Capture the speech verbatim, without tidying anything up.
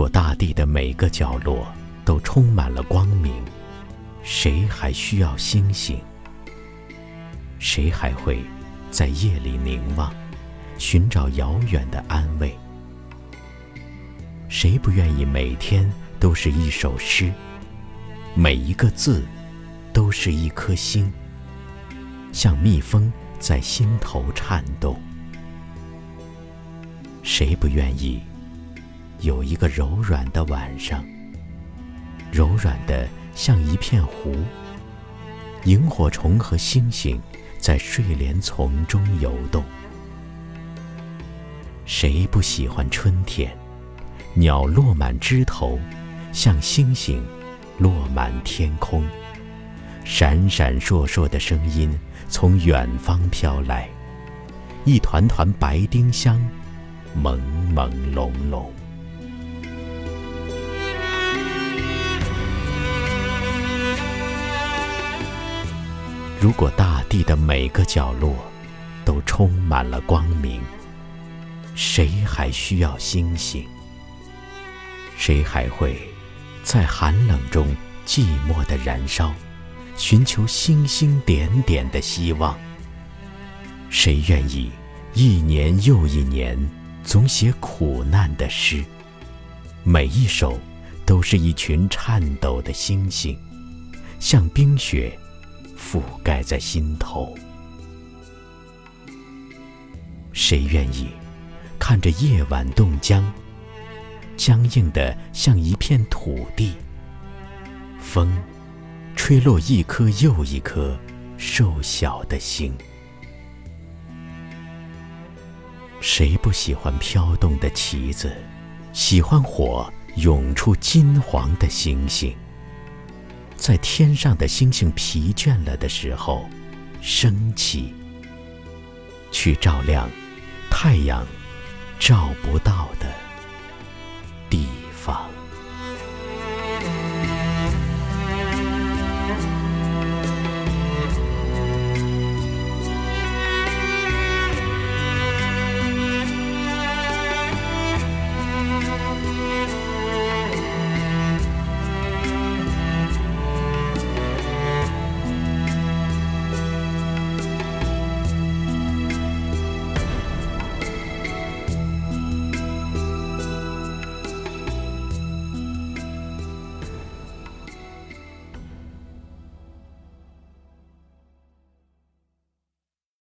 果大地的每个角落都充满了光明，谁还需要星星？谁还会在夜里凝望，寻找遥远的安慰？谁不愿意每天都是一首诗，每一个字都是一颗星，像蜜蜂在心头颤动？谁不愿意有一个柔软的晚上，柔软的像一片湖，萤火虫和星星在睡莲丛中游动？谁不喜欢春天，鸟落满枝头，像星星落满天空，闪闪烁烁的声音从远方飘来，一团团白丁香，朦朦胧胧。如果大地的每个角落都充满了光明，谁还需要星星？谁还会在寒冷中寂寞地燃烧，寻求星星点点的希望？谁愿意一年又一年总写苦难的诗，每一首都是一群颤抖的星星，像冰雪覆盖在心头？谁愿意看着夜晚冻僵，僵硬的像一片土地，风吹落一颗又一颗瘦小的星？谁不喜欢飘动的旗子，喜欢火涌出金黄的星星？在天上的星星疲倦了的时候，升起，去照亮太阳照不到的